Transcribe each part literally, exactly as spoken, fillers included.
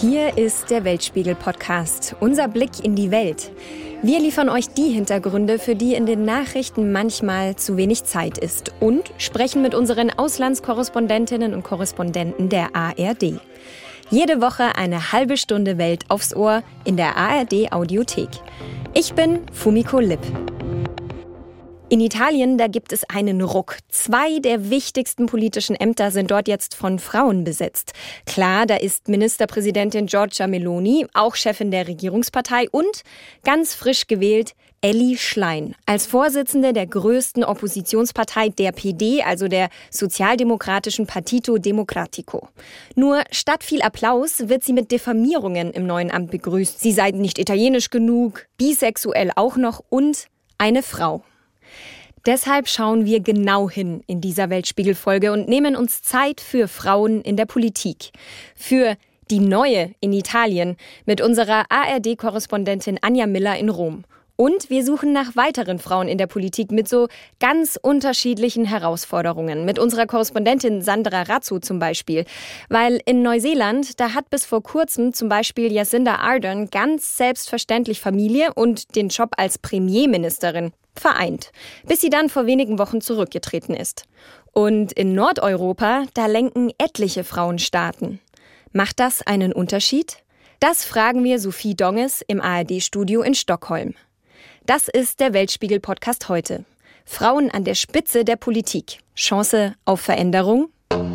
Hier ist der Weltspiegel-Podcast, unser Blick in die Welt. Wir liefern euch die Hintergründe, für die in den Nachrichten manchmal zu wenig Zeit ist, und sprechen mit unseren Auslandskorrespondentinnen und Korrespondenten der A R D. Jede Woche eine halbe Stunde Welt aufs Ohr in der A R D-Audiothek. Ich bin Fumiko Lipp. In Italien, da gibt es einen Ruck. Zwei der wichtigsten politischen Ämter sind dort jetzt von Frauen besetzt. Klar, da ist Ministerpräsidentin Giorgia Meloni, auch Chefin der Regierungspartei, und ganz frisch gewählt Elly Schlein als Vorsitzende der größten Oppositionspartei der P D, also der sozialdemokratischen Partito Democratico. Nur statt viel Applaus wird sie mit Diffamierungen im neuen Amt begrüßt. Sie sei nicht italienisch genug, bisexuell auch noch und eine Frau. Deshalb schauen wir genau hin in dieser Weltspiegel-Folge und nehmen uns Zeit für Frauen in der Politik. Für die Neue in Italien mit unserer A R D-Korrespondentin Anja Miller in Rom. Und wir suchen nach weiteren Frauen in der Politik mit so ganz unterschiedlichen Herausforderungen. Mit unserer Korrespondentin Sandra Razzo zum Beispiel. Weil in Neuseeland, da hat bis vor kurzem zum Beispiel Jacinda Ardern ganz selbstverständlich Familie und den Job als Premierministerin vereint, bis sie dann vor wenigen Wochen zurückgetreten ist. Und in Nordeuropa, da lenken etliche Frauen Staaten. Macht das einen Unterschied? Das fragen wir Sophie Donges im A R D-Studio in Stockholm. Das ist der Weltspiegel-Podcast heute. Frauen an der Spitze der Politik. Chance auf Veränderung?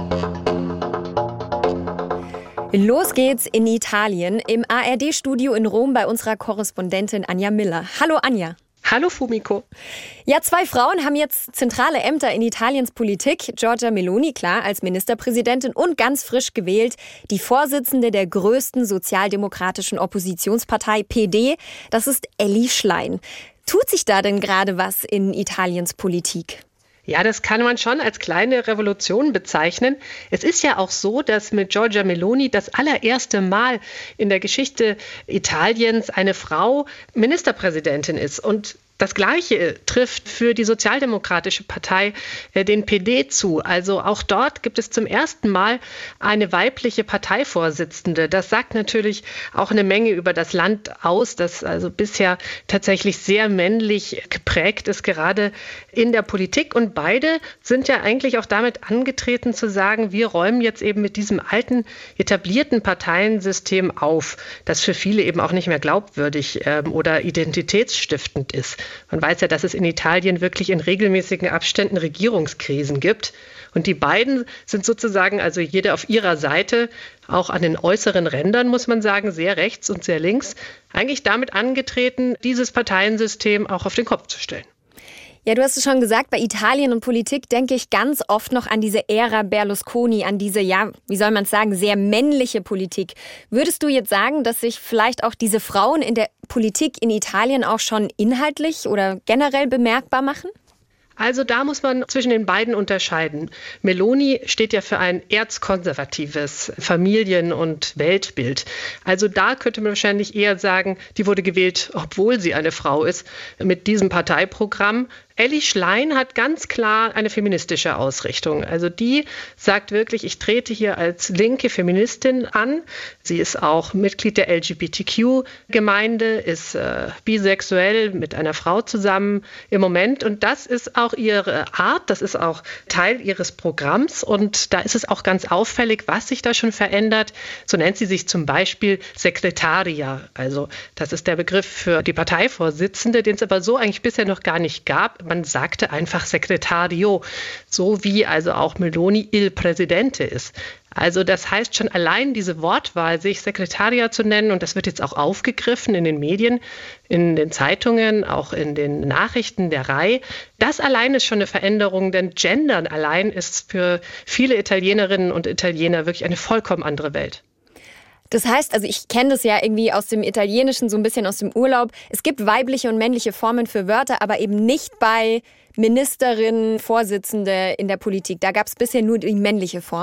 Los geht's in Italien, im A R D-Studio in Rom bei unserer Korrespondentin Anja Miller. Hallo Anja. Hallo Fumiko. Ja, zwei Frauen haben jetzt zentrale Ämter in Italiens Politik. Giorgia Meloni, klar, als Ministerpräsidentin, und ganz frisch gewählt die Vorsitzende der größten sozialdemokratischen Oppositionspartei P D. Das ist Elly Schlein. Tut sich da denn gerade was in Italiens Politik? Ja, das kann man schon als kleine Revolution bezeichnen. Es ist ja auch so, dass mit Giorgia Meloni das allererste Mal in der Geschichte Italiens eine Frau Ministerpräsidentin ist. Und das Gleiche trifft für die Sozialdemokratische Partei äh, den P D zu. Also auch dort gibt es zum ersten Mal eine weibliche Parteivorsitzende. Das sagt natürlich auch eine Menge über das Land aus, das also bisher tatsächlich sehr männlich geprägt ist, gerade in der Politik. Und beide sind ja eigentlich auch damit angetreten zu sagen, wir räumen jetzt eben mit diesem alten, etablierten Parteiensystem auf, das für viele eben auch nicht mehr glaubwürdig äh, oder identitätsstiftend ist. Man weiß ja, dass es in Italien wirklich in regelmäßigen Abständen Regierungskrisen gibt. Und die beiden sind sozusagen, also jede auf ihrer Seite, auch an den äußeren Rändern, muss man sagen, sehr rechts und sehr links, eigentlich damit angetreten, dieses Parteiensystem auch auf den Kopf zu stellen. Ja, du hast es schon gesagt, bei Italien und Politik denke ich ganz oft noch an diese Ära Berlusconi, an diese, ja, wie soll man es sagen, sehr männliche Politik. Würdest du jetzt sagen, dass sich vielleicht auch diese Frauen in der Politik in Italien auch schon inhaltlich oder generell bemerkbar machen? Also da muss man zwischen den beiden unterscheiden. Meloni steht ja für ein erzkonservatives Familien- und Weltbild. Also da könnte man wahrscheinlich eher sagen, die wurde gewählt, obwohl sie eine Frau ist, mit diesem Parteiprogramm. Elly Schlein hat ganz klar eine feministische Ausrichtung. Also die sagt wirklich, ich trete hier als linke Feministin an. Sie ist auch Mitglied der L G B T Q-Gemeinde, ist äh, bisexuell mit einer Frau zusammen im Moment. Und das ist auch ihre Art, das ist auch Teil ihres Programms. Und da ist es auch ganz auffällig, was sich da schon verändert. So nennt sie sich zum Beispiel Segretaria. Also das ist der Begriff für die Parteivorsitzende, den es aber so eigentlich bisher noch gar nicht gab. Man sagte einfach Segretario, so wie also auch Meloni il Presidente ist. Also das heißt schon allein diese Wortwahl, sich Segretaria zu nennen, und das wird jetzt auch aufgegriffen in den Medien, in den Zeitungen, auch in den Nachrichten der R A I. Das allein ist schon eine Veränderung, denn Gendern allein ist für viele Italienerinnen und Italiener wirklich eine vollkommen andere Welt. Das heißt, also ich kenne das ja irgendwie aus dem Italienischen, so ein bisschen aus dem Urlaub. Es gibt weibliche und männliche Formen für Wörter, aber eben nicht bei Ministerin, Vorsitzende in der Politik. Da gab es bisher nur die männliche Form.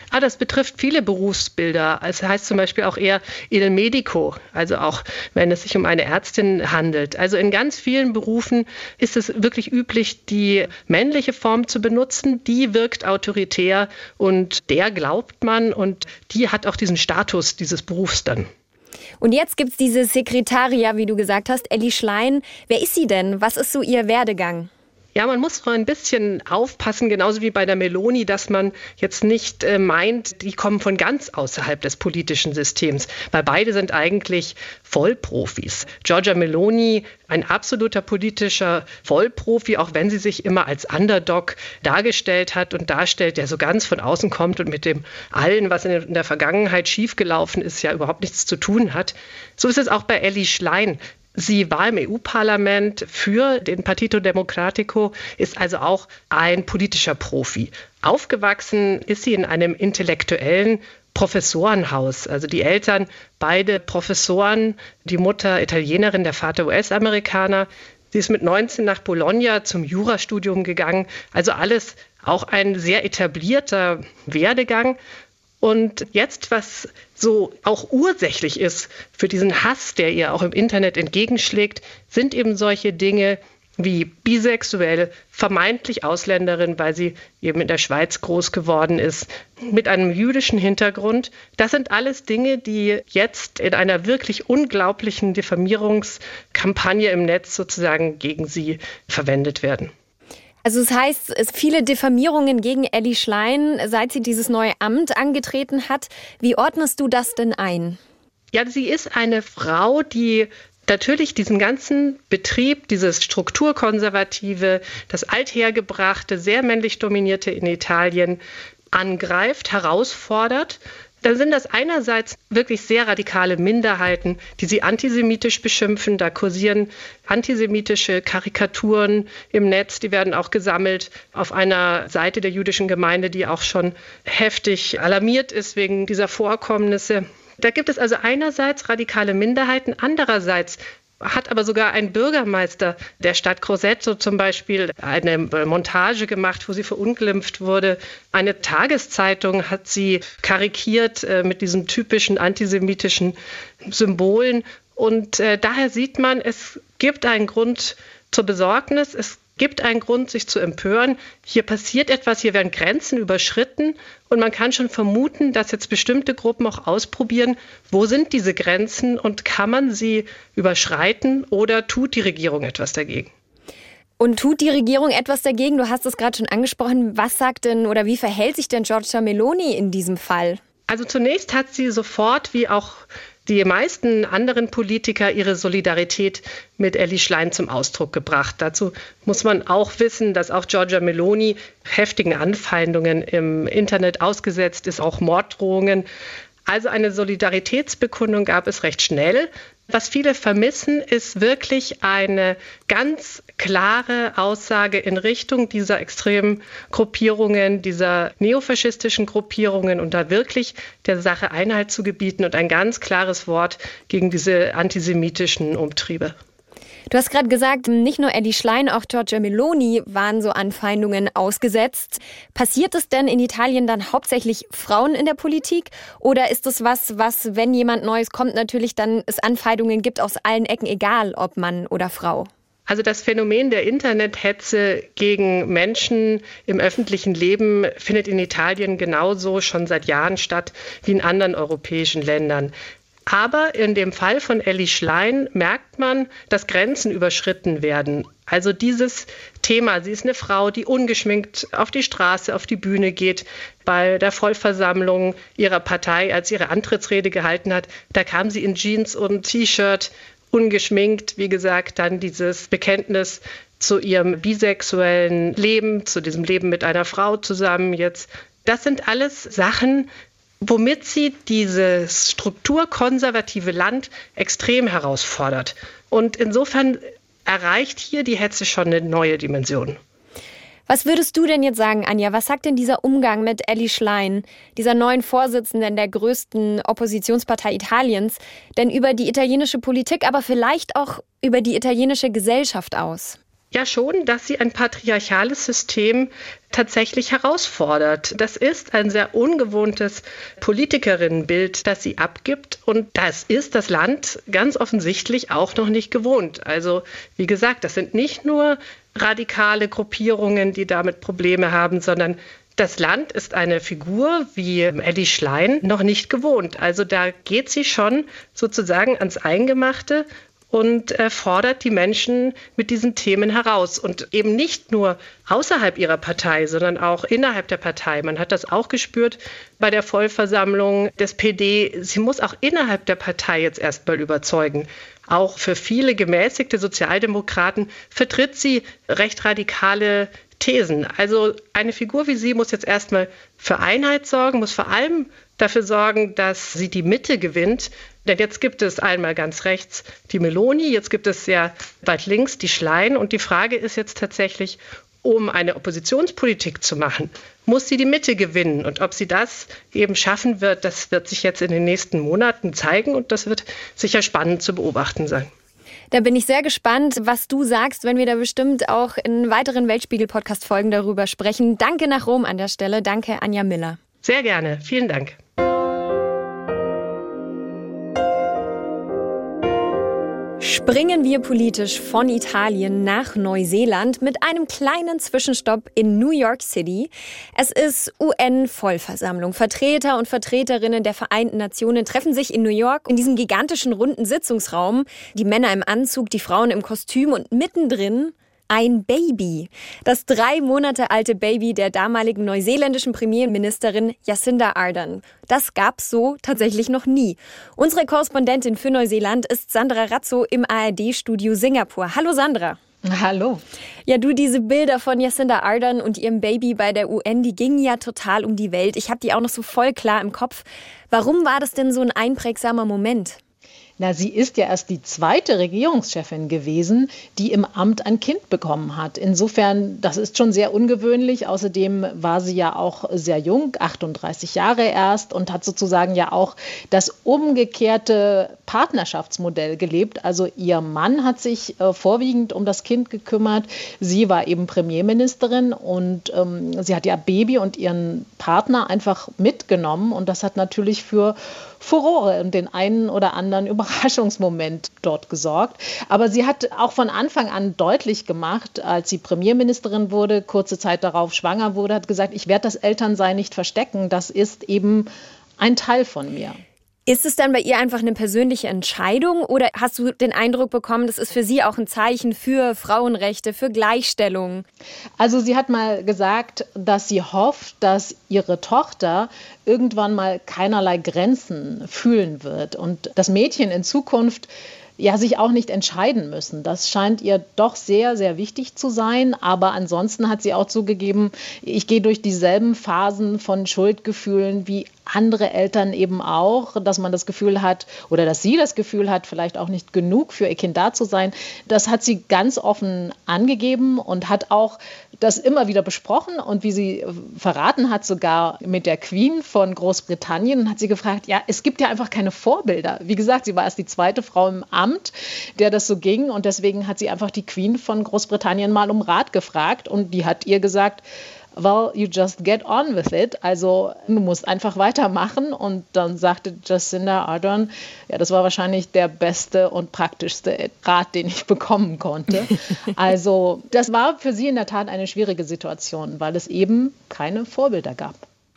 Ah, das betrifft viele Berufsbilder. Es heißt zum Beispiel auch eher il medico, also auch wenn es sich um eine Ärztin handelt. Also in ganz vielen Berufen ist es wirklich üblich, die männliche Form zu benutzen. Die wirkt autoritär und der glaubt man und die hat auch diesen Status dieses Berufs dann. Und jetzt gibt es diese Sekretärin, wie du gesagt hast, Elly Schlein. Wer ist sie denn? Was ist so ihr Werdegang? Ja, man muss mal ein bisschen aufpassen, genauso wie bei der Meloni, dass man jetzt nicht äh, meint, die kommen von ganz außerhalb des politischen Systems, weil beide sind eigentlich Vollprofis. Giorgia Meloni, ein absoluter politischer Vollprofi, auch wenn sie sich immer als Underdog dargestellt hat und darstellt, der so ganz von außen kommt und mit dem allen, was in der Vergangenheit schiefgelaufen ist, ja überhaupt nichts zu tun hat. So ist es auch bei Elly Schlein. Sie war im E U-Parlament für den Partito Democratico, ist also auch ein politischer Profi. Aufgewachsen ist sie in einem intellektuellen Professorenhaus. Also die Eltern, beide Professoren, die Mutter Italienerin, der Vater U S-Amerikaner. Sie ist mit neunzehn nach Bologna zum Jurastudium gegangen. Also alles auch ein sehr etablierter Werdegang. Und jetzt, was so auch ursächlich ist für diesen Hass, der ihr auch im Internet entgegenschlägt, sind eben solche Dinge wie bisexuell, vermeintlich Ausländerin, weil sie eben in der Schweiz groß geworden ist, mit einem jüdischen Hintergrund. Das sind alles Dinge, die jetzt in einer wirklich unglaublichen Diffamierungskampagne im Netz sozusagen gegen sie verwendet werden. Also es heißt, es viele Diffamierungen gegen Elly Schlein, seit sie dieses neue Amt angetreten hat. Wie ordnest du das denn ein? Ja, sie ist eine Frau, die natürlich diesen ganzen Betrieb, dieses strukturkonservative, das althergebrachte, sehr männlich dominierte in Italien angreift, herausfordert. Dann sind das einerseits wirklich sehr radikale Minderheiten, die sie antisemitisch beschimpfen. Da kursieren antisemitische Karikaturen im Netz, die werden auch gesammelt auf einer Seite der jüdischen Gemeinde, die auch schon heftig alarmiert ist wegen dieser Vorkommnisse. Da gibt es also einerseits radikale Minderheiten, andererseits hat aber sogar ein Bürgermeister der Stadt Crosetto zum Beispiel eine Montage gemacht, wo sie verunglimpft wurde. Eine Tageszeitung hat sie karikiert äh, mit diesen typischen antisemitischen Symbolen. Und äh, daher sieht man, es gibt einen Grund zur Besorgnis. Es gibt einen Grund, sich zu empören. Hier passiert etwas, hier werden Grenzen überschritten und man kann schon vermuten, dass jetzt bestimmte Gruppen auch ausprobieren, wo sind diese Grenzen und kann man sie überschreiten oder tut die Regierung etwas dagegen? Und tut die Regierung etwas dagegen? Du hast es gerade schon angesprochen. Was sagt denn oder wie verhält sich denn Giorgia Meloni in diesem Fall? Also zunächst hat sie sofort, wie auch die meisten anderen Politiker, ihre Solidarität mit Elly Schlein zum Ausdruck gebracht. Dazu muss man auch wissen, dass auch Giorgia Meloni heftigen Anfeindungen im Internet ausgesetzt ist, auch Morddrohungen. Also eine Solidaritätsbekundung gab es recht schnell. Was viele vermissen, ist wirklich eine ganz klare Aussage in Richtung dieser extremen Gruppierungen, dieser neofaschistischen Gruppierungen und da wirklich der Sache Einhalt zu gebieten und ein ganz klares Wort gegen diese antisemitischen Umtriebe. Du hast gerade gesagt, nicht nur Elly Schlein, auch Giorgia Meloni waren so Anfeindungen ausgesetzt. Passiert es denn in Italien dann hauptsächlich Frauen in der Politik? Oder ist das was, was, wenn jemand Neues kommt, natürlich dann es Anfeindungen gibt aus allen Ecken, egal ob Mann oder Frau? Also das Phänomen der Internethetze gegen Menschen im öffentlichen Leben findet in Italien genauso schon seit Jahren statt wie in anderen europäischen Ländern. Aber in dem Fall von Elly Schlein merkt man, dass Grenzen überschritten werden. Also dieses Thema, sie ist eine Frau, die ungeschminkt auf die Straße, auf die Bühne geht, bei der Vollversammlung ihrer Partei, als sie ihre Antrittsrede gehalten hat, da kam sie in Jeans und T-Shirt, ungeschminkt, wie gesagt, dann dieses Bekenntnis zu ihrem bisexuellen Leben, zu diesem Leben mit einer Frau zusammen jetzt. Das sind alles Sachen, womit sie dieses strukturkonservative Land extrem herausfordert. Und insofern erreicht hier die Hetze schon eine neue Dimension. Was würdest du denn jetzt sagen, Anja? Was sagt denn dieser Umgang mit Elly Schlein, dieser neuen Vorsitzenden der größten Oppositionspartei Italiens, denn über die italienische Politik, aber vielleicht auch über die italienische Gesellschaft aus? Ja, schon, dass sie ein patriarchales System tatsächlich herausfordert. Das ist ein sehr ungewohntes Politikerinnenbild, das sie abgibt. Und das ist das Land ganz offensichtlich auch noch nicht gewohnt. Also, wie gesagt, das sind nicht nur radikale Gruppierungen, die damit Probleme haben, sondern das Land ist eine Figur wie Elly Schlein noch nicht gewohnt. Also da geht sie schon sozusagen ans Eingemachte und äh, fordert die Menschen mit diesen Themen heraus. Und eben nicht nur außerhalb ihrer Partei, sondern auch innerhalb der Partei. Man hat das auch gespürt bei der Vollversammlung des P D. Sie muss auch innerhalb der Partei jetzt erstmal überzeugen. Auch für viele gemäßigte Sozialdemokraten vertritt sie recht radikale Thesen. Also eine Figur wie sie muss jetzt erstmal für Einheit sorgen, muss vor allem dafür sorgen, dass sie die Mitte gewinnt. Denn jetzt gibt es einmal ganz rechts die Meloni, jetzt gibt es ja weit links die Schlein. Und die Frage ist jetzt tatsächlich, um eine Oppositionspolitik zu machen, muss sie die Mitte gewinnen. Und ob sie das eben schaffen wird, das wird sich jetzt in den nächsten Monaten zeigen. Und das wird sicher spannend zu beobachten sein. Da bin ich sehr gespannt, was du sagst, wenn wir da bestimmt auch in weiteren Weltspiegel-Podcast-Folgen darüber sprechen. Danke nach Rom an der Stelle. Danke, Anja Miller. Sehr gerne. Vielen Dank. Springen wir politisch von Italien nach Neuseeland mit einem kleinen Zwischenstopp in New York City. Es ist U N-Vollversammlung. Vertreter und Vertreterinnen der Vereinten Nationen treffen sich in New York in diesem gigantischen runden Sitzungsraum. Die Männer im Anzug, die Frauen im Kostüm und mittendrin ein Baby. Das drei Monate alte Baby der damaligen neuseeländischen Premierministerin Jacinda Ardern. Das gab's so tatsächlich noch nie. Unsere Korrespondentin für Neuseeland ist Sandra Razzo im A R D-Studio Singapur. Hallo Sandra. Hallo. Ja, du, diese Bilder von Jacinda Ardern und ihrem Baby bei der U N, die gingen ja total um die Welt. Ich habe die auch noch so voll klar im Kopf. Warum war das denn so ein einprägsamer Moment? Na, sie ist ja erst die zweite Regierungschefin gewesen, die im Amt ein Kind bekommen hat. Insofern, das ist schon sehr ungewöhnlich. Außerdem war sie ja auch sehr jung, achtunddreißig Jahre erst, und hat sozusagen ja auch das umgekehrte Partnerschaftsmodell gelebt. Also ihr Mann hat sich äh, vorwiegend um das Kind gekümmert. Sie war eben Premierministerin und ähm, sie hat ja Baby und ihren Partner einfach mitgenommen. Und das hat natürlich für Furore und den einen oder anderen Überraschungsmoment dort gesorgt. Aber sie hat auch von Anfang an deutlich gemacht, als sie Premierministerin wurde, kurze Zeit darauf schwanger wurde, hat gesagt, ich werde das Elternsein nicht verstecken. Das ist eben ein Teil von mir. Ist es dann bei ihr einfach eine persönliche Entscheidung oder hast du den Eindruck bekommen, das ist für sie auch ein Zeichen für Frauenrechte, für Gleichstellung? Also sie hat mal gesagt, dass sie hofft, dass ihre Tochter irgendwann mal keinerlei Grenzen fühlen wird und das Mädchen in Zukunft ja sich auch nicht entscheiden müssen. Das scheint ihr doch sehr, sehr wichtig zu sein. Aber ansonsten hat sie auch zugegeben, ich gehe durch dieselben Phasen von Schuldgefühlen wie andere Eltern eben auch, dass man das Gefühl hat oder dass sie das Gefühl hat, vielleicht auch nicht genug für ihr Kind da zu sein. Das hat sie ganz offen angegeben und hat auch das immer wieder besprochen und wie sie verraten hat, sogar mit der Queen von Großbritannien, hat sie gefragt, ja, es gibt ja einfach keine Vorbilder. Wie gesagt, sie war erst die zweite Frau im Amt, der das so ging und deswegen hat sie einfach die Queen von Großbritannien mal um Rat gefragt und die hat ihr gesagt, well, you just get on with it. Also du musst einfach weitermachen. Und dann sagte Jacinda Ardern, ja, das war wahrscheinlich der beste und praktischste Rat, den ich bekommen konnte. Also das war für sie in der Tat eine schwierige Situation, weil es eben keine Vorbilder gab.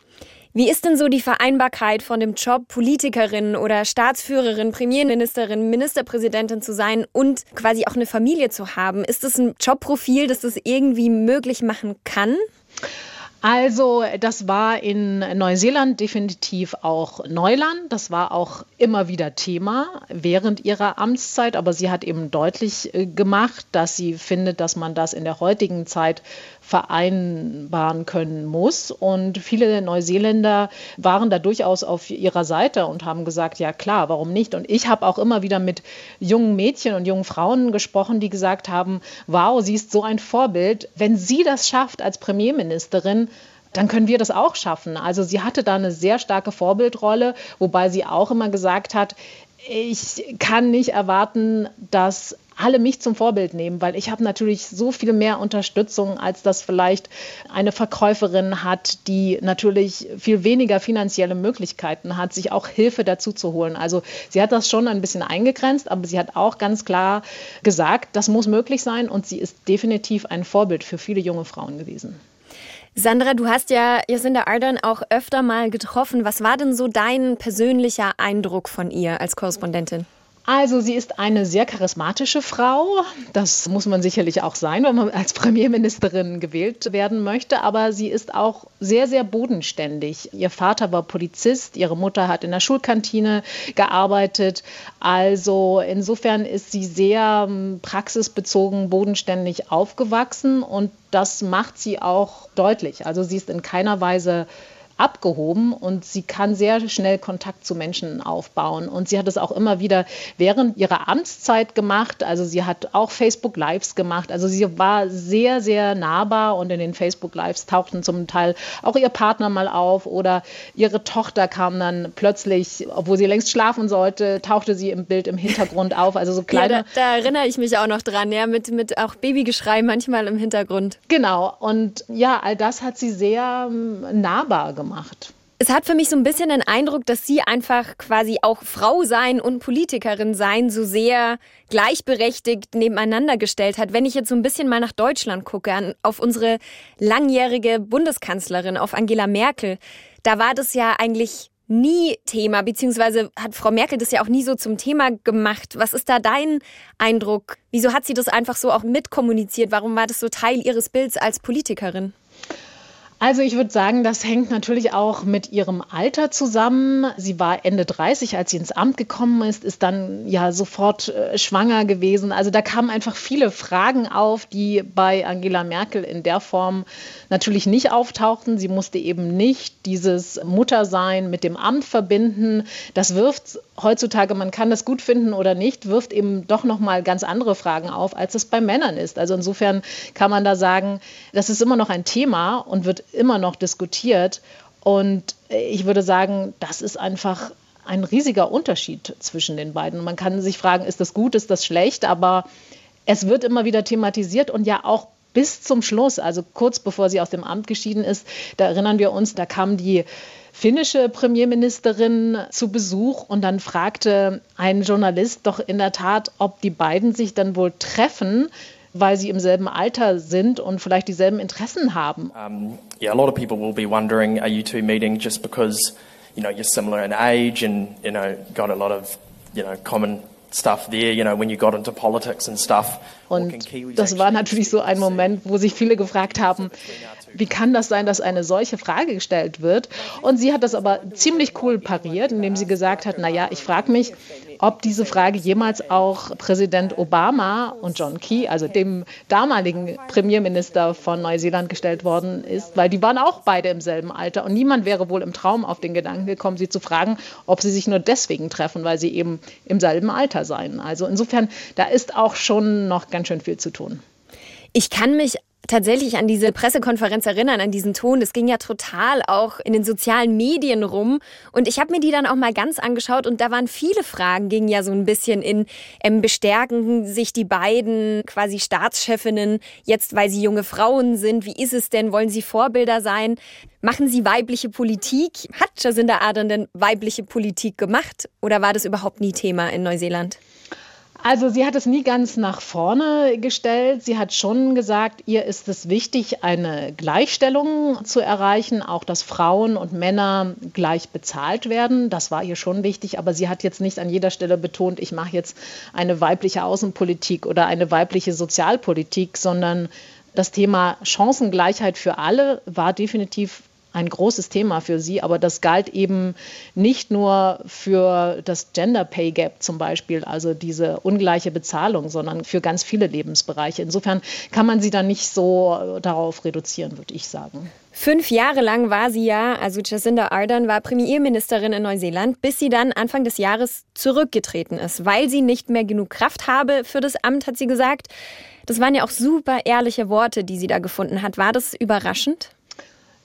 Wie ist denn so die Vereinbarkeit von dem Job, Politikerin oder Staatsführerin, Premierministerin, Ministerpräsidentin zu sein und quasi auch eine Familie zu haben? Ist das ein Jobprofil, das das irgendwie möglich machen kann? Also das war in Neuseeland definitiv auch Neuland. Das war auch immer wieder Thema während ihrer Amtszeit. Aber sie hat eben deutlich gemacht, dass sie findet, dass man das in der heutigen Zeit vereinbaren können muss. Und viele Neuseeländer waren da durchaus auf ihrer Seite und haben gesagt, ja klar, warum nicht? Und ich habe auch immer wieder mit jungen Mädchen und jungen Frauen gesprochen, die gesagt haben, wow, sie ist so ein Vorbild. Wenn sie das schafft als Premierministerin, dann können wir das auch schaffen. Also sie hatte da eine sehr starke Vorbildrolle, wobei sie auch immer gesagt hat, ich kann nicht erwarten, dass alle mich zum Vorbild nehmen, weil ich habe natürlich so viel mehr Unterstützung, als das vielleicht eine Verkäuferin hat, die natürlich viel weniger finanzielle Möglichkeiten hat, sich auch Hilfe dazu zu holen. Also sie hat das schon ein bisschen eingegrenzt, aber sie hat auch ganz klar gesagt, das muss möglich sein und sie ist definitiv ein Vorbild für viele junge Frauen gewesen. Sandra, du hast ja Jacinda Ardern auch öfter mal getroffen. Was war denn so dein persönlicher Eindruck von ihr als Korrespondentin? Also sie ist eine sehr charismatische Frau. Das muss man sicherlich auch sein, wenn man als Premierministerin gewählt werden möchte. Aber sie ist auch sehr, sehr bodenständig. Ihr Vater war Polizist, ihre Mutter hat in der Schulkantine gearbeitet. Also insofern ist sie sehr praxisbezogen, bodenständig aufgewachsen. Und das macht sie auch deutlich. Also sie ist in keiner Weise abgehoben und sie kann sehr schnell Kontakt zu Menschen aufbauen. Und sie hat es auch immer wieder während ihrer Amtszeit gemacht. Also sie hat auch Facebook Lives gemacht. Also sie war sehr, sehr nahbar und in den Facebook Lives tauchten zum Teil auch ihr Partner mal auf oder ihre Tochter kam dann plötzlich, obwohl sie längst schlafen sollte, tauchte sie im Bild im Hintergrund auf. Also so kleine. Ja, da, da erinnere ich mich auch noch dran, ja, mit, mit auch Babygeschrei manchmal im Hintergrund. Genau. Und ja, all das hat sie sehr ähm, nahbar gemacht. Macht. Es hat für mich so ein bisschen den Eindruck, dass sie einfach quasi auch Frau sein und Politikerin sein so sehr gleichberechtigt nebeneinander gestellt hat. Wenn ich jetzt so ein bisschen mal nach Deutschland gucke, an, auf unsere langjährige Bundeskanzlerin, auf Angela Merkel, da war das ja eigentlich nie Thema, beziehungsweise hat Frau Merkel das ja auch nie so zum Thema gemacht. Was ist da dein Eindruck? Wieso hat sie das einfach so auch mitkommuniziert? Warum war das so Teil ihres Bilds als Politikerin? Also ich würde sagen, das hängt natürlich auch mit ihrem Alter zusammen. Sie war Ende dreißig, als sie ins Amt gekommen ist, ist dann ja sofort äh, schwanger gewesen. Also da kamen einfach viele Fragen auf, die bei Angela Merkel in der Form natürlich nicht auftauchten. Sie musste eben nicht dieses Muttersein mit dem Amt verbinden. Das wirft heutzutage, man kann das gut finden oder nicht, wirft eben doch nochmal ganz andere Fragen auf, als es bei Männern ist. Also insofern kann man da sagen, das ist immer noch ein Thema und wird immer noch diskutiert. Und ich würde sagen, das ist einfach ein riesiger Unterschied zwischen den beiden. Man kann sich fragen, ist das gut, ist das schlecht? Aber es wird immer wieder thematisiert und ja auch bis zum Schluss, also kurz bevor sie aus dem Amt geschieden ist, da erinnern wir uns, da kam die finnische Premierministerin zu Besuch und dann fragte ein Journalist doch in der Tat, ob die beiden sich dann wohl treffen, weil sie im selben Alter sind und vielleicht dieselben Interessen haben. Um, yeah, a lot of people will be wondering, are you two meeting just because, you know, you're similar in age and, you know, got a lot of, you know, common stuff there, you know, when you got into politics and stuff. Und das war natürlich so ein Moment, wo sich viele gefragt haben, wie kann das sein, dass eine solche Frage gestellt wird? Und sie hat das aber ziemlich cool pariert, indem sie gesagt hat, naja, ich frage mich, ob diese Frage jemals auch Präsident Obama und John Key, also dem damaligen Premierminister von Neuseeland, gestellt worden ist, weil die waren auch beide im selben Alter und niemand wäre wohl im Traum auf den Gedanken gekommen, sie zu fragen, ob sie sich nur deswegen treffen, weil sie eben im selben Alter seien. Also insofern, da ist auch schon noch ganz schön viel zu tun. Ich kann mich tatsächlich an diese Pressekonferenz erinnern, an diesen Ton. Das ging ja total auch in den sozialen Medien rum. Und ich habe mir die dann auch mal ganz angeschaut und da waren viele Fragen, gingen ja so ein bisschen in, ähm, bestärken sich die beiden quasi Staatschefinnen jetzt, weil sie junge Frauen sind. Wie ist es denn? Wollen sie Vorbilder sein? Machen sie weibliche Politik? Hat Jacinda Ardern denn weibliche Politik gemacht? Oder war das überhaupt nie Thema in Neuseeland? Also sie hat es nie ganz nach vorne gestellt. Sie hat schon gesagt, ihr ist es wichtig, eine Gleichstellung zu erreichen, auch dass Frauen und Männer gleich bezahlt werden. Das war ihr schon wichtig, aber sie hat jetzt nicht an jeder Stelle betont, ich mache jetzt eine weibliche Außenpolitik oder eine weibliche Sozialpolitik, sondern das Thema Chancengleichheit für alle war definitiv ein großes Thema für sie, aber das galt eben nicht nur für das Gender Pay Gap zum Beispiel, also diese ungleiche Bezahlung, sondern für ganz viele Lebensbereiche. Insofern kann man sie dann nicht so darauf reduzieren, würde ich sagen. Fünf Jahre lang war sie ja, also Jacinda Ardern war Premierministerin in Neuseeland, bis sie dann Anfang des Jahres zurückgetreten ist, weil sie nicht mehr genug Kraft habe für das Amt, hat sie gesagt. Das waren ja auch super ehrliche Worte, die sie da gefunden hat. War das überraschend?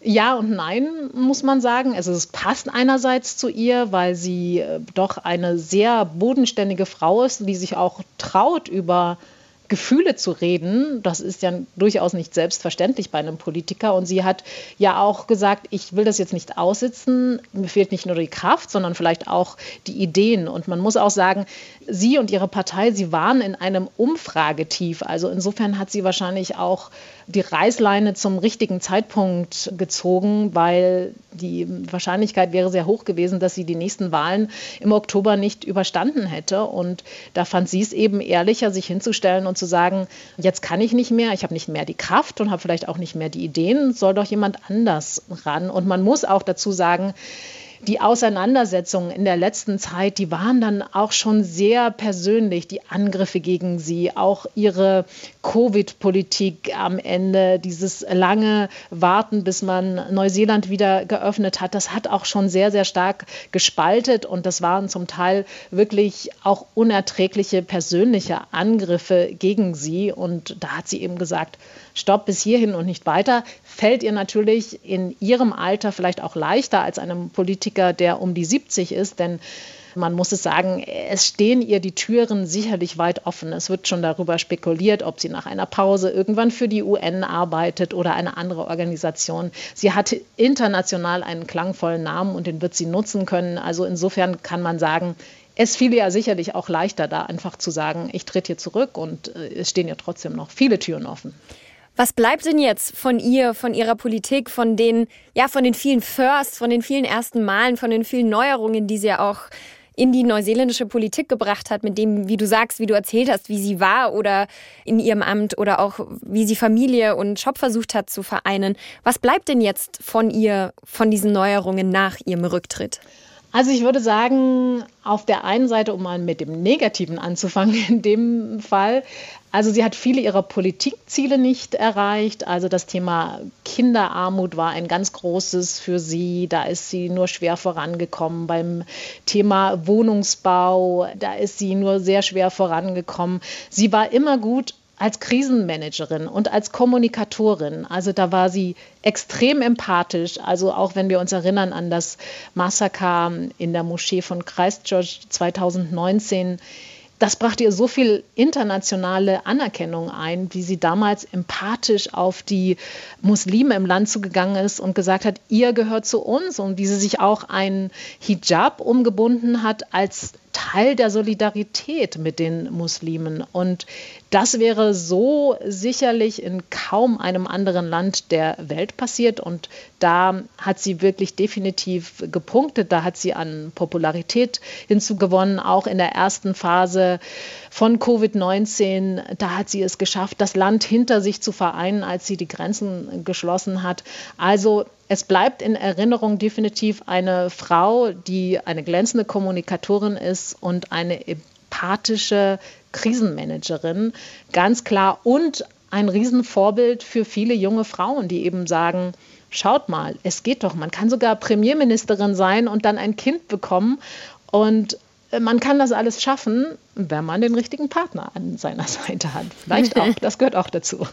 Ja und nein, muss man sagen. Also es passt einerseits zu ihr, weil sie doch eine sehr bodenständige Frau ist, die sich auch traut, über Gefühle zu reden. Das ist ja durchaus nicht selbstverständlich bei einem Politiker. Und sie hat ja auch gesagt, ich will das jetzt nicht aussitzen. Mir fehlt nicht nur die Kraft, sondern vielleicht auch die Ideen. Und man muss auch sagen, sie und ihre Partei, sie waren in einem Umfragetief. Also insofern hat sie wahrscheinlich auch die Reißleine zum richtigen Zeitpunkt gezogen, weil die Wahrscheinlichkeit wäre sehr hoch gewesen, dass sie die nächsten Wahlen im Oktober nicht überstanden hätte. Und da fand sie es eben ehrlicher, sich hinzustellen und zu sagen, jetzt kann ich nicht mehr, ich habe nicht mehr die Kraft und habe vielleicht auch nicht mehr die Ideen, soll doch jemand anders ran. Und man muss auch dazu sagen, die Auseinandersetzungen in der letzten Zeit, die waren dann auch schon sehr persönlich, die Angriffe gegen sie, auch ihre Covid-Politik am Ende, dieses lange Warten, bis man Neuseeland wieder geöffnet hat, das hat auch schon sehr, sehr stark gespaltet und das waren zum Teil wirklich auch unerträgliche persönliche Angriffe gegen sie und da hat sie eben gesagt, stopp bis hierhin und nicht weiter, fällt ihr natürlich in ihrem Alter vielleicht auch leichter als einem Politiker, der um die siebzig ist, denn man muss es sagen, es stehen ihr die Türen sicherlich weit offen. Es wird schon darüber spekuliert, ob sie nach einer Pause irgendwann für die U N arbeitet oder eine andere Organisation. Sie hat international einen klangvollen Namen und den wird sie nutzen können. Also insofern kann man sagen, es fiel ihr sicherlich auch leichter, da einfach zu sagen, ich trete hier zurück und es stehen ihr trotzdem noch viele Türen offen. Was bleibt denn jetzt von ihr, von ihrer Politik, von den, ja, von den vielen Firsts, von den vielen ersten Malen, von den vielen Neuerungen, die sie ja auch in die neuseeländische Politik gebracht hat, mit dem, wie du sagst, wie du erzählt hast, wie sie war oder in ihrem Amt oder auch wie sie Familie und Job versucht hat zu vereinen. Was bleibt denn jetzt von ihr, von diesen Neuerungen nach ihrem Rücktritt? Also ich würde sagen, auf der einen Seite, um mal mit dem Negativen anzufangen in dem Fall, also sie hat viele ihrer Politikziele nicht erreicht. Also das Thema Kinderarmut war ein ganz großes für sie. Da ist sie nur schwer vorangekommen. Beim Thema Wohnungsbau, da ist sie nur sehr schwer vorangekommen. Sie war immer gut als Krisenmanagerin und als Kommunikatorin. Also da war sie extrem empathisch. Also auch wenn wir uns erinnern an das Massaker in der Moschee von Christchurch zweitausendneunzehn, das brachte ihr so viel internationale Anerkennung ein, wie sie damals empathisch auf die Muslime im Land zugegangen ist und gesagt hat, ihr gehört zu uns und wie sie sich auch einen Hijab umgebunden hat als Teil der Solidarität mit den Muslimen. Und das wäre so sicherlich in kaum einem anderen Land der Welt passiert. Und da hat sie wirklich definitiv gepunktet. Da hat sie an Popularität hinzugewonnen, auch in der ersten Phase von Covid neunzehn. Da hat sie es geschafft, das Land hinter sich zu vereinen, als sie die Grenzen geschlossen hat. Also es bleibt in Erinnerung definitiv eine Frau, die eine glänzende Kommunikatorin ist und eine empathische Krisenmanagerin, ganz klar. Und ein Riesenvorbild für viele junge Frauen, die eben sagen, schaut mal, es geht doch, man kann sogar Premierministerin sein und dann ein Kind bekommen und man kann das alles schaffen, wenn man den richtigen Partner an seiner Seite hat. Vielleicht auch, das gehört auch dazu.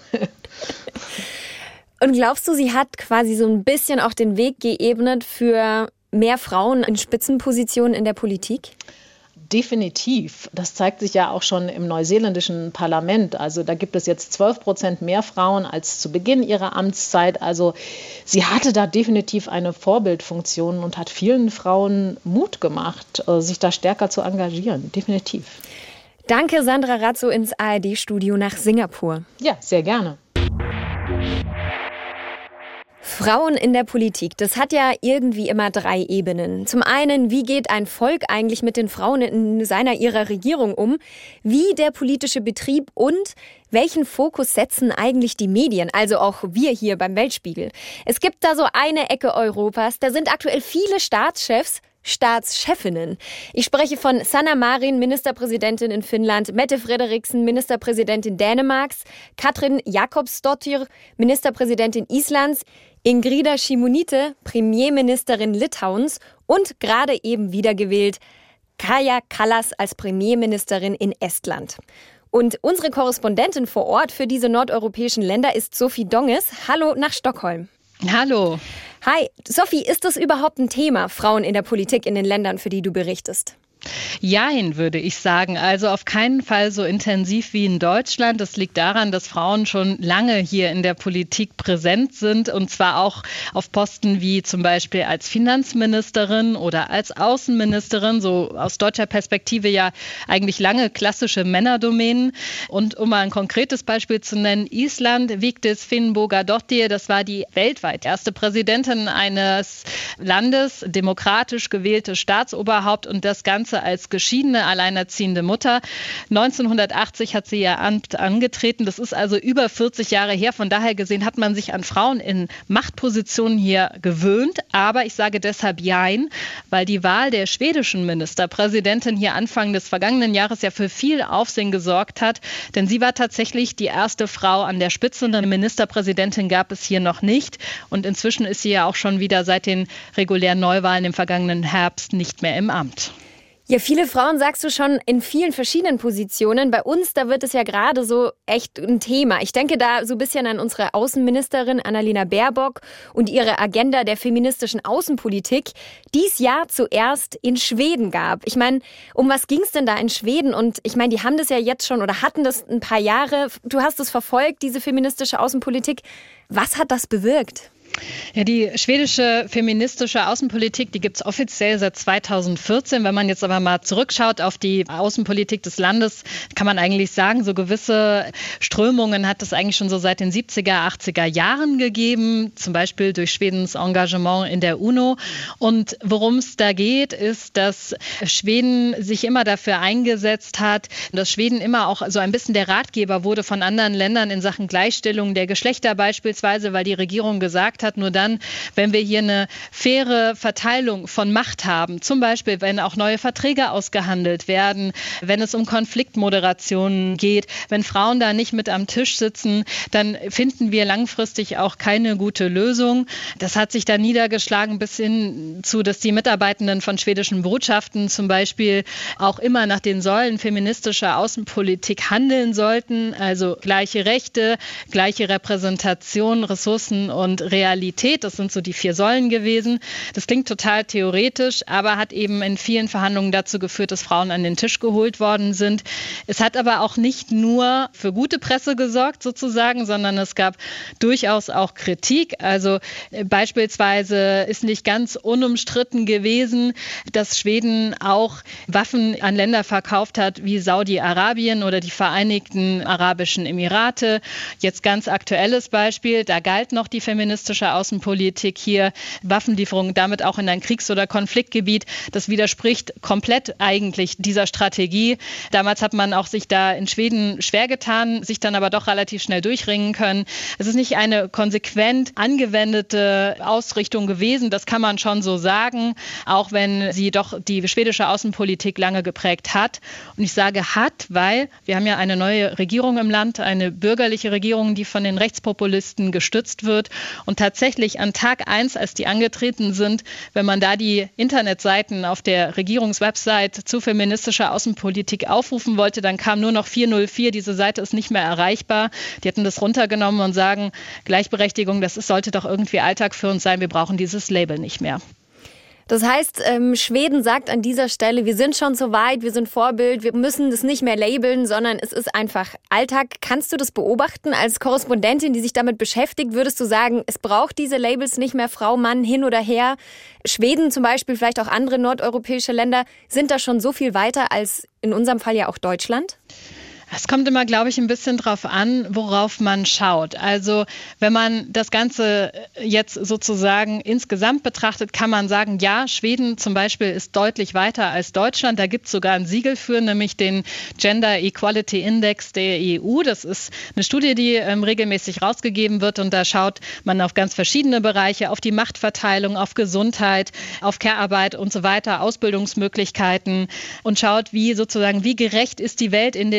Und glaubst du, sie hat quasi so ein bisschen auch den Weg geebnet für mehr Frauen in Spitzenpositionen in der Politik? Definitiv. Das zeigt sich ja auch schon im neuseeländischen Parlament. Also da gibt es jetzt zwölf Prozent mehr Frauen als zu Beginn ihrer Amtszeit. Also sie hatte da definitiv eine Vorbildfunktion und hat vielen Frauen Mut gemacht, sich da stärker zu engagieren. Definitiv. Danke, Sandra Razzo, ins A R D-Studio nach Singapur. Ja, sehr gerne. Frauen in der Politik, das hat ja irgendwie immer drei Ebenen. Zum einen, wie geht ein Volk eigentlich mit den Frauen in seiner, ihrer Regierung um? Wie der politische Betrieb und welchen Fokus setzen eigentlich die Medien, also auch wir hier beim Weltspiegel? Es gibt da so eine Ecke Europas, da sind aktuell viele Staatschefs Staatschefinnen. Ich spreche von Sanna Marin, Ministerpräsidentin in Finnland, Mette Frederiksen, Ministerpräsidentin Dänemarks, Katrin Jakobsdottir, Ministerpräsidentin Islands, Ingrida Šimonytė, Premierministerin Litauens und gerade eben wiedergewählt Kaja Kallas als Premierministerin in Estland. Und unsere Korrespondentin vor Ort für diese nordeuropäischen Länder ist Sophie Donges. Hallo nach Stockholm. Hallo. Hi, Sophie, ist das überhaupt ein Thema, Frauen in der Politik in den Ländern, für die du berichtest? Jein, würde ich sagen. Also auf keinen Fall so intensiv wie in Deutschland. Das liegt daran, dass Frauen schon lange hier in der Politik präsent sind und zwar auch auf Posten wie zum Beispiel als Finanzministerin oder als Außenministerin, so aus deutscher Perspektive ja eigentlich lange klassische Männerdomänen. Und um mal ein konkretes Beispiel zu nennen, Island, Vigdis Finnbogadóttir, das war die weltweit erste Präsidentin eines Landes, demokratisch gewähltes Staatsoberhaupt und das Ganze als geschiedene, alleinerziehende Mutter. neunzehnhundertachtzig hat sie ihr Amt angetreten. Das ist also über vierzig Jahre her. Von daher gesehen hat man sich an Frauen in Machtpositionen hier gewöhnt. Aber ich sage deshalb Jein, weil die Wahl der schwedischen Ministerpräsidentin hier Anfang des vergangenen Jahres ja für viel Aufsehen gesorgt hat. Denn sie war tatsächlich die erste Frau an der Spitze. Eine Ministerpräsidentin gab es hier noch nicht. Und inzwischen ist sie ja auch schon wieder seit den regulären Neuwahlen im vergangenen Herbst nicht mehr im Amt. Ja, viele Frauen, sagst du schon, in vielen verschiedenen Positionen. Bei uns, da wird es ja gerade so echt ein Thema. Ich denke da so ein bisschen an unsere Außenministerin Annalena Baerbock und ihre Agenda der feministischen Außenpolitik, die es ja zuerst in Schweden gab. Ich meine, um was ging es denn da in Schweden? Und ich meine, die haben das ja jetzt schon oder hatten das ein paar Jahre. Du hast es verfolgt, diese feministische Außenpolitik. Was hat das bewirkt? Ja, die schwedische feministische Außenpolitik, die gibt es offiziell seit zweitausendvierzehn. Wenn man jetzt aber mal zurückschaut auf die Außenpolitik des Landes, kann man eigentlich sagen, so gewisse Strömungen hat es eigentlich schon so seit den siebziger, achtziger Jahren gegeben, zum Beispiel durch Schwedens Engagement in der UNO. Und worum es da geht, ist, dass Schweden sich immer dafür eingesetzt hat, dass Schweden immer auch so ein bisschen der Ratgeber wurde von anderen Ländern in Sachen Gleichstellung der Geschlechter beispielsweise, weil die Regierung gesagt hat, nur dann, wenn wir hier eine faire Verteilung von Macht haben, zum Beispiel, wenn auch neue Verträge ausgehandelt werden, wenn es um Konfliktmoderation geht, wenn Frauen da nicht mit am Tisch sitzen, dann finden wir langfristig auch keine gute Lösung. Das hat sich dann niedergeschlagen bis hin zu, dass die Mitarbeitenden von schwedischen Botschaften zum Beispiel auch immer nach den Säulen feministischer Außenpolitik handeln sollten, also gleiche Rechte, gleiche Repräsentation, Ressourcen und Realität. Das sind so die vier Säulen gewesen. Das klingt total theoretisch, aber hat eben in vielen Verhandlungen dazu geführt, dass Frauen an den Tisch geholt worden sind. Es hat aber auch nicht nur für gute Presse gesorgt sozusagen, sondern es gab durchaus auch Kritik. Also beispielsweise ist nicht ganz unumstritten gewesen, dass Schweden auch Waffen an Länder verkauft hat wie Saudi-Arabien oder die Vereinigten Arabischen Emirate. Jetzt ganz aktuelles Beispiel, da galt noch die feministische Außenpolitik hier, Waffenlieferungen damit auch in ein Kriegs- oder Konfliktgebiet. Das widerspricht komplett eigentlich dieser Strategie. Damals hat man auch sich da in Schweden schwer getan, sich dann aber doch relativ schnell durchringen können. Es ist nicht eine konsequent angewendete Ausrichtung gewesen, das kann man schon so sagen, auch wenn sie doch die schwedische Außenpolitik lange geprägt hat. Und ich sage hat, weil wir haben ja eine neue Regierung im Land, eine bürgerliche Regierung, die von den Rechtspopulisten gestützt wird. Und tatsächlich an Tag eins, als die angetreten sind, wenn man da die Internetseiten auf der Regierungswebsite zu feministischer Außenpolitik aufrufen wollte, dann kam nur noch vier null vier, diese Seite ist nicht mehr erreichbar. Die hätten das runtergenommen und sagen, Gleichberechtigung, das ist, sollte doch irgendwie Alltag für uns sein, wir brauchen dieses Label nicht mehr. Das heißt, ähm, Schweden sagt an dieser Stelle, wir sind schon so weit, wir sind Vorbild, wir müssen das nicht mehr labeln, sondern es ist einfach Alltag. Kannst du das beobachten als Korrespondentin, die sich damit beschäftigt? Würdest du sagen, es braucht diese Labels nicht mehr, Frau, Mann, hin oder her? Schweden zum Beispiel, vielleicht auch andere nordeuropäische Länder, sind da schon so viel weiter als in unserem Fall ja auch Deutschland? Es kommt immer, glaube ich, ein bisschen drauf an, worauf man schaut. Also wenn man das Ganze jetzt sozusagen insgesamt betrachtet, kann man sagen, ja, Schweden zum Beispiel ist deutlich weiter als Deutschland. Da gibt es sogar ein Siegel für, nämlich den Gender Equality Index der E U. Das ist eine Studie, die ähm, regelmäßig rausgegeben wird und da schaut man auf ganz verschiedene Bereiche, auf die Machtverteilung, auf Gesundheit, auf Care-Arbeit und so weiter, Ausbildungsmöglichkeiten und schaut, wie sozusagen, wie gerecht ist die Welt in den Ländern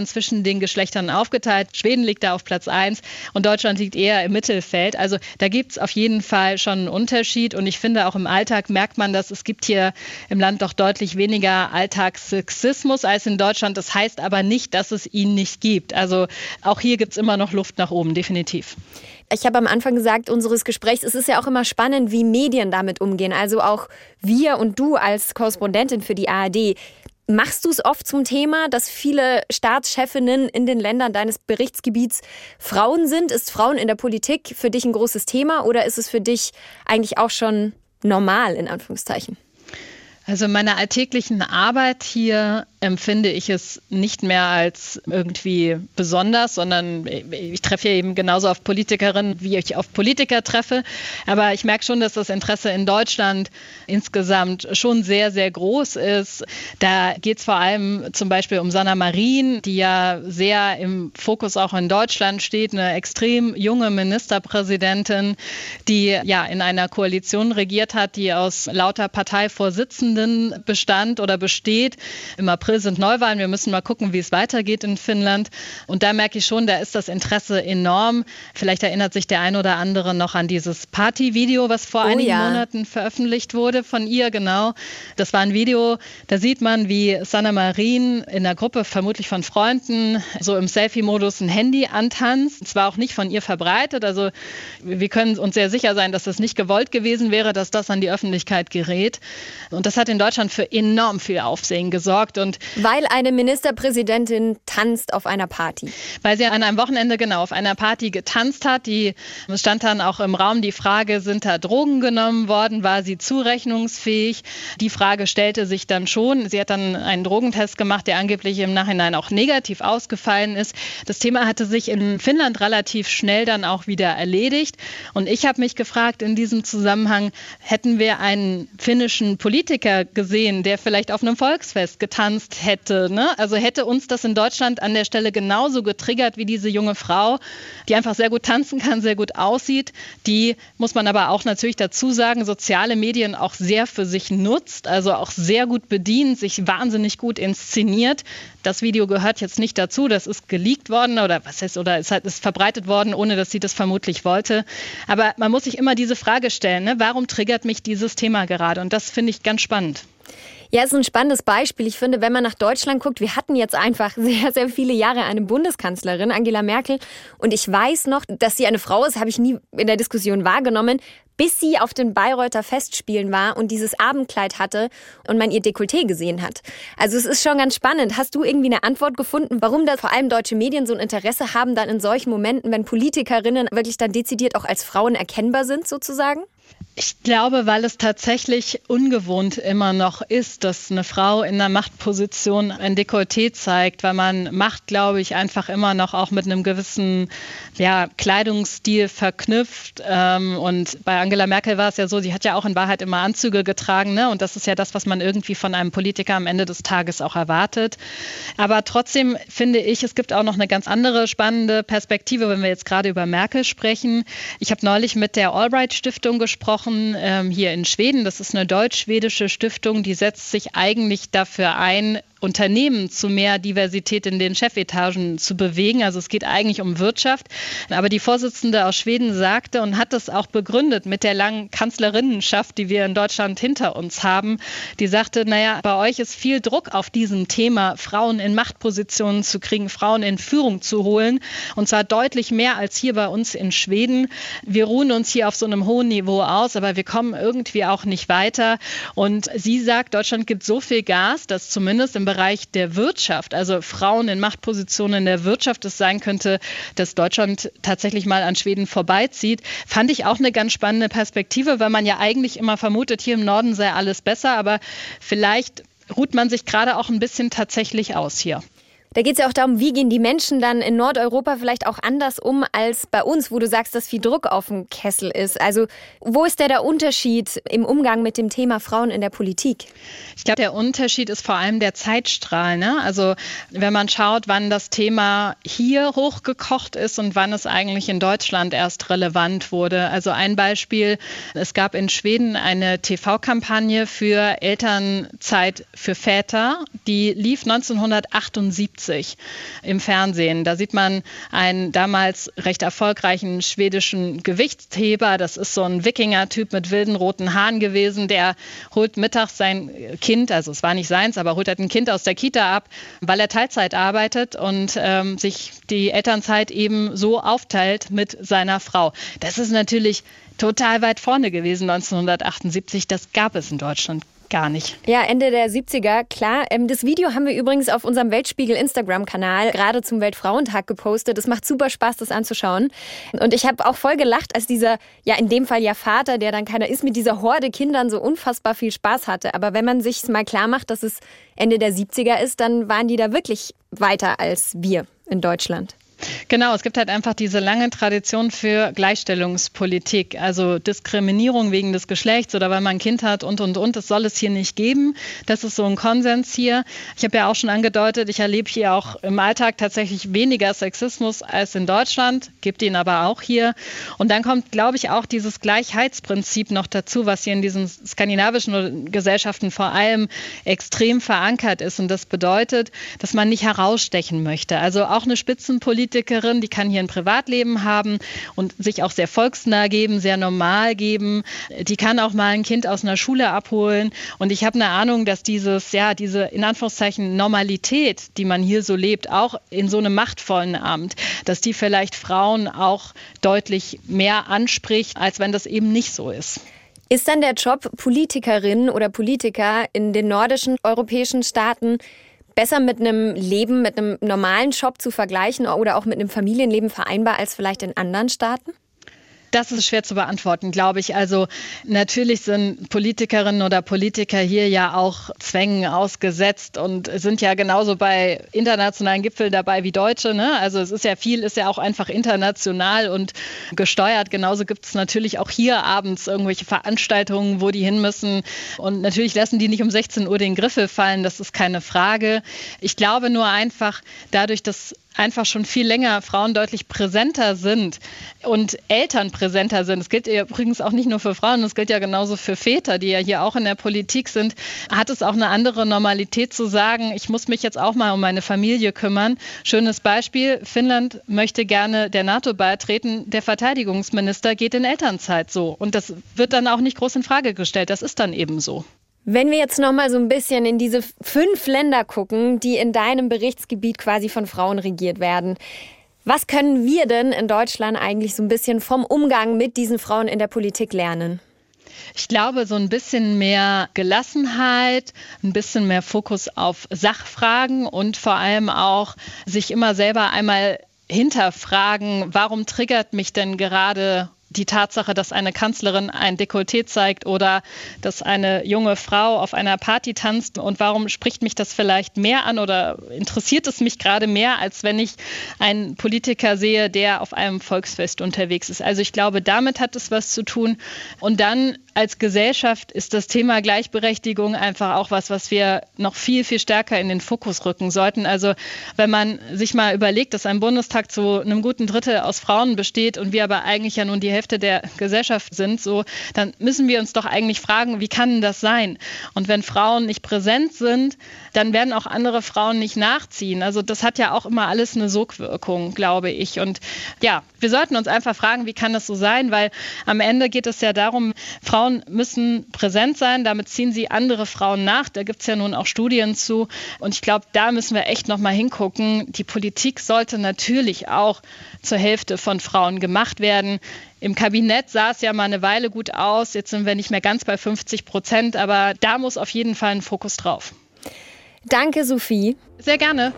zwischen den Geschlechtern aufgeteilt. Schweden liegt da auf Platz eins und Deutschland liegt eher im Mittelfeld. Also da gibt es auf jeden Fall schon einen Unterschied und ich finde auch im Alltag merkt man, dass es gibt hier im Land doch deutlich weniger Alltagssexismus als in Deutschland. Das heißt aber nicht, dass es ihn nicht gibt. Also auch hier gibt es immer noch Luft nach oben, definitiv. Ich habe am Anfang gesagt unseres Gesprächs, es ist ja auch immer spannend, wie Medien damit umgehen. Also auch wir und du als Korrespondentin für die A R D. Machst du es oft zum Thema, dass viele Staatschefinnen in den Ländern deines Berichtsgebiets Frauen sind? Ist Frauen in der Politik für dich ein großes Thema oder ist es für dich eigentlich auch schon normal, in Anführungszeichen? Also in meiner alltäglichen Arbeit hier empfinde ich es nicht mehr als irgendwie besonders, sondern ich treffe ja eben genauso auf Politikerinnen, wie ich auf Politiker treffe. Aber ich merke schon, dass das Interesse in Deutschland insgesamt schon sehr, sehr groß ist. Da geht es vor allem zum Beispiel um Sanna Marin, die ja sehr im Fokus auch in Deutschland steht, eine extrem junge Ministerpräsidentin, die ja in einer Koalition regiert hat, die aus lauter Parteivorsitzenden bestand oder besteht. Im April sind Neuwahlen. Wir müssen mal gucken, wie es weitergeht in Finnland. Und da merke ich schon, da ist das Interesse enorm. Vielleicht erinnert sich der ein oder andere noch an dieses Party-Video, was vor oh, einigen ja. Monaten veröffentlicht wurde von ihr. Genau. Das war ein Video, da sieht man, wie Sanna Marin in einer Gruppe, vermutlich von Freunden, so im Selfie-Modus ein Handy antanzt. Es war auch nicht von ihr verbreitet. Also wir können uns sehr sicher sein, dass das nicht gewollt gewesen wäre, dass das an die Öffentlichkeit gerät. Und das hat in Deutschland für enorm viel Aufsehen gesorgt. Und weil eine Ministerpräsidentin tanzt auf einer Party. Weil sie an einem Wochenende genau auf einer Party getanzt hat. Die, es stand dann auch im Raum die Frage, sind da Drogen genommen worden? War sie zurechnungsfähig? Die Frage stellte sich dann schon. Sie hat dann einen Drogentest gemacht, der angeblich im Nachhinein auch negativ ausgefallen ist. Das Thema hatte sich in Finnland relativ schnell dann auch wieder erledigt. Und ich habe mich gefragt in diesem Zusammenhang, hätten wir einen finnischen Politiker gesehen, der vielleicht auf einem Volksfest getanzt hätte. Ne? Also hätte uns das in Deutschland an der Stelle genauso getriggert wie diese junge Frau, die einfach sehr gut tanzen kann, sehr gut aussieht, die, muss man aber auch natürlich dazu sagen, soziale Medien auch sehr für sich nutzt, also auch sehr gut bedient, sich wahnsinnig gut inszeniert. Das Video gehört jetzt nicht dazu, das ist geleakt worden oder was heißt, oder es ist verbreitet worden, ohne dass sie das vermutlich wollte. Aber man muss sich immer diese Frage stellen, ne? Warum triggert mich dieses Thema gerade? Und das finde ich ganz spannend. Ja, es ist ein spannendes Beispiel. Ich finde, wenn man nach Deutschland guckt, wir hatten jetzt einfach sehr, sehr viele Jahre eine Bundeskanzlerin, Angela Merkel. Und ich weiß noch, dass sie eine Frau ist, habe ich nie in der Diskussion wahrgenommen, bis sie auf den Bayreuther Festspielen war und dieses Abendkleid hatte und man ihr Dekolleté gesehen hat. Also es ist schon ganz spannend. Hast du irgendwie eine Antwort gefunden, warum da vor allem deutsche Medien so ein Interesse haben, dann in solchen Momenten, wenn Politikerinnen wirklich dann dezidiert auch als Frauen erkennbar sind, sozusagen? Ich glaube, weil es tatsächlich ungewohnt immer noch ist, dass eine Frau in einer Machtposition ein Dekolleté zeigt, weil man Macht, glaube ich, einfach immer noch auch mit einem gewissen ja, Kleidungsstil verknüpft. Und bei Angela Merkel war es ja so, sie hat ja auch in Wahrheit immer Anzüge getragen, ne? Und das ist ja das, was man irgendwie von einem Politiker am Ende des Tages auch erwartet. Aber trotzdem finde ich, es gibt auch noch eine ganz andere spannende Perspektive, wenn wir jetzt gerade über Merkel sprechen. Ich habe neulich mit der Albright-Stiftung gesprochen, ähm, hier in Schweden. Das ist eine deutsch-schwedische Stiftung, die setzt sich eigentlich dafür ein, Unternehmen zu mehr Diversität in den Chefetagen zu bewegen. Also es geht eigentlich um Wirtschaft. Aber die Vorsitzende aus Schweden sagte und hat das auch begründet mit der langen Kanzlerinnenschaft, die wir in Deutschland hinter uns haben. Die sagte, naja, bei euch ist viel Druck auf diesem Thema, Frauen in Machtpositionen zu kriegen, Frauen in Führung zu holen. Und zwar deutlich mehr als hier bei uns in Schweden. Wir ruhen uns hier auf so einem hohen Niveau aus, aber wir kommen irgendwie auch nicht weiter. Und sie sagt, Deutschland gibt so viel Gas, dass zumindest im Bereich der Wirtschaft, also Frauen in Machtpositionen in der Wirtschaft, es sein könnte, dass Deutschland tatsächlich mal an Schweden vorbeizieht, fand ich auch eine ganz spannende Perspektive, weil man ja eigentlich immer vermutet, hier im Norden sei alles besser, aber vielleicht ruht man sich gerade auch ein bisschen tatsächlich aus hier. Da geht es ja auch darum, wie gehen die Menschen dann in Nordeuropa vielleicht auch anders um als bei uns, wo du sagst, dass viel Druck auf dem Kessel ist. Also wo ist der, der Unterschied im Umgang mit dem Thema Frauen in der Politik? Ich glaube, der Unterschied ist vor allem der Zeitstrahl. Ne? Also wenn man schaut, wann das Thema hier hochgekocht ist und wann es eigentlich in Deutschland erst relevant wurde. Also ein Beispiel, es gab in Schweden eine T V-Kampagne für Elternzeit für Väter, die lief neunzehnhundertachtundsiebzig. achtundsiebzig im Fernsehen. Da sieht man einen damals recht erfolgreichen schwedischen Gewichtsheber. Das ist so ein Wikinger-Typ mit wilden roten Haaren gewesen. Der holt mittags sein Kind, also es war nicht seins, aber holt halt ein Kind aus der Kita ab, weil er Teilzeit arbeitet und ähm, sich die Elternzeit eben so aufteilt mit seiner Frau. Das ist natürlich total weit vorne gewesen neunzehnhundertachtundsiebzig. Das gab es in Deutschland gar nicht. Ja, Ende der siebziger, klar. Das Video haben wir übrigens auf unserem Weltspiegel-Instagram-Kanal gerade zum Weltfrauentag gepostet. Es macht super Spaß, das anzuschauen. Und ich habe auch voll gelacht, als dieser, ja in dem Fall ja Vater, der dann keiner ist, mit dieser Horde Kindern so unfassbar viel Spaß hatte. Aber wenn man sich mal klar macht, dass es Ende der siebziger ist, dann waren die da wirklich weiter als wir in Deutschland. Genau, es gibt halt einfach diese lange Tradition für Gleichstellungspolitik, also Diskriminierung wegen des Geschlechts oder weil man ein Kind hat und, und, und. Das soll es hier nicht geben. Das ist so ein Konsens hier. Ich habe ja auch schon angedeutet, ich erlebe hier auch im Alltag tatsächlich weniger Sexismus als in Deutschland, gibt ihn aber auch hier. Und dann kommt, glaube ich, auch dieses Gleichheitsprinzip noch dazu, was hier in diesen skandinavischen Gesellschaften vor allem extrem verankert ist. Und das bedeutet, dass man nicht herausstechen möchte. Also auch eine Spitzenpolitikerin, die kann hier ein Privatleben haben und sich auch sehr volksnah geben, sehr normal geben. Die kann auch mal ein Kind aus einer Schule abholen. Und ich habe eine Ahnung, dass dieses, ja, diese in Anführungszeichen Normalität, die man hier so lebt, auch in so einem machtvollen Amt, dass die vielleicht Frauen auch deutlich mehr anspricht, als wenn das eben nicht so ist. Ist dann der Job Politikerin oder Politiker in den nordischen europäischen Staaten besser mit einem Leben, mit einem normalen Job zu vergleichen oder auch mit einem Familienleben vereinbar als vielleicht in anderen Staaten? Das ist schwer zu beantworten, glaube ich. Also natürlich sind Politikerinnen oder Politiker hier ja auch Zwängen ausgesetzt und sind ja genauso bei internationalen Gipfeln dabei wie Deutsche. Ne? Also es ist ja viel, ist ja auch einfach international und gesteuert. Genauso gibt es natürlich auch hier abends irgendwelche Veranstaltungen, wo die hin müssen. Und natürlich lassen die nicht um sechzehn Uhr den Griffel fallen, das ist keine Frage. Ich glaube nur einfach, dadurch, dass einfach schon viel länger Frauen deutlich präsenter sind und Eltern präsenter sind. Das gilt ja übrigens auch nicht nur für Frauen, das gilt ja genauso für Väter, die ja hier auch in der Politik sind. Hat es auch eine andere Normalität zu sagen, ich muss mich jetzt auch mal um meine Familie kümmern. Schönes Beispiel, Finnland möchte gerne der NATO beitreten, der Verteidigungsminister geht in Elternzeit so. Und das wird dann auch nicht groß in Frage gestellt, das ist dann eben so. Wenn wir jetzt noch mal so ein bisschen in diese fünf Länder gucken, die in deinem Berichtsgebiet quasi von Frauen regiert werden. Was können wir denn in Deutschland eigentlich so ein bisschen vom Umgang mit diesen Frauen in der Politik lernen? Ich glaube, so ein bisschen mehr Gelassenheit, ein bisschen mehr Fokus auf Sachfragen und vor allem auch sich immer selber einmal hinterfragen, warum triggert mich denn gerade die Tatsache, dass eine Kanzlerin ein Dekolleté zeigt oder dass eine junge Frau auf einer Party tanzt und warum spricht mich das vielleicht mehr an oder interessiert es mich gerade mehr, als wenn ich einen Politiker sehe, der auf einem Volksfest unterwegs ist. Also ich glaube, damit hat es was zu tun. Und dann als Gesellschaft ist das Thema Gleichberechtigung einfach auch was, was wir noch viel, viel stärker in den Fokus rücken sollten. Also wenn man sich mal überlegt, dass ein Bundestag zu einem guten Drittel aus Frauen besteht und wir aber eigentlich ja nun die Hälfte der Gesellschaft sind, so, dann müssen wir uns doch eigentlich fragen, wie kann das sein? Und wenn Frauen nicht präsent sind, dann werden auch andere Frauen nicht nachziehen. Also das hat ja auch immer alles eine Sogwirkung, glaube ich. Und ja, wir sollten uns einfach fragen, wie kann das so sein? Weil am Ende geht es ja darum, Frauen müssen präsent sein, damit ziehen sie andere Frauen nach. Da gibt es ja nun auch Studien zu. Und ich glaube, da müssen wir echt nochmal hingucken. Die Politik sollte natürlich auch zur Hälfte von Frauen gemacht werden. Im Kabinett sah es ja mal eine Weile gut aus. Jetzt sind wir nicht mehr ganz bei fünfzig Prozent, aber da muss auf jeden Fall ein Fokus drauf. Danke, Sophie. Sehr gerne.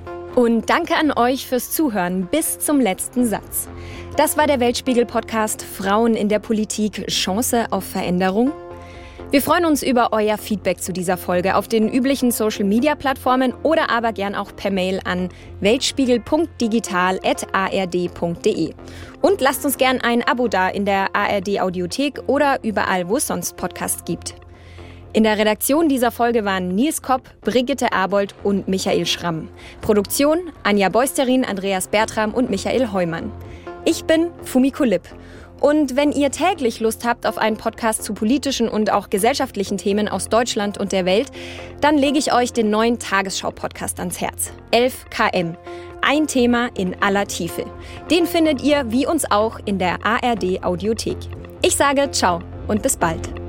Und danke an euch fürs Zuhören bis zum letzten Satz. Das war der Weltspiegel-Podcast Frauen in der Politik – Chance auf Veränderung. Wir freuen uns über euer Feedback zu dieser Folge auf den üblichen Social-Media-Plattformen oder aber gern auch per Mail an weltspiegel punkt digital at a r d punkt d e. Und lasst uns gern ein Abo da in der A R D-Audiothek oder überall, wo es sonst Podcasts gibt. In der Redaktion dieser Folge waren Nils Kopp, Brigitte Arbold und Michael Schramm. Produktion Anja Beusterin, Andreas Bertram und Michael Heumann. Ich bin Fumiko Lipp. Und wenn ihr täglich Lust habt auf einen Podcast zu politischen und auch gesellschaftlichen Themen aus Deutschland und der Welt, dann lege ich euch den neuen Tagesschau-Podcast ans Herz. elf Kilometer. Ein Thema in aller Tiefe. Den findet ihr, wie uns auch, in der A R D Audiothek. Ich sage ciao und bis bald.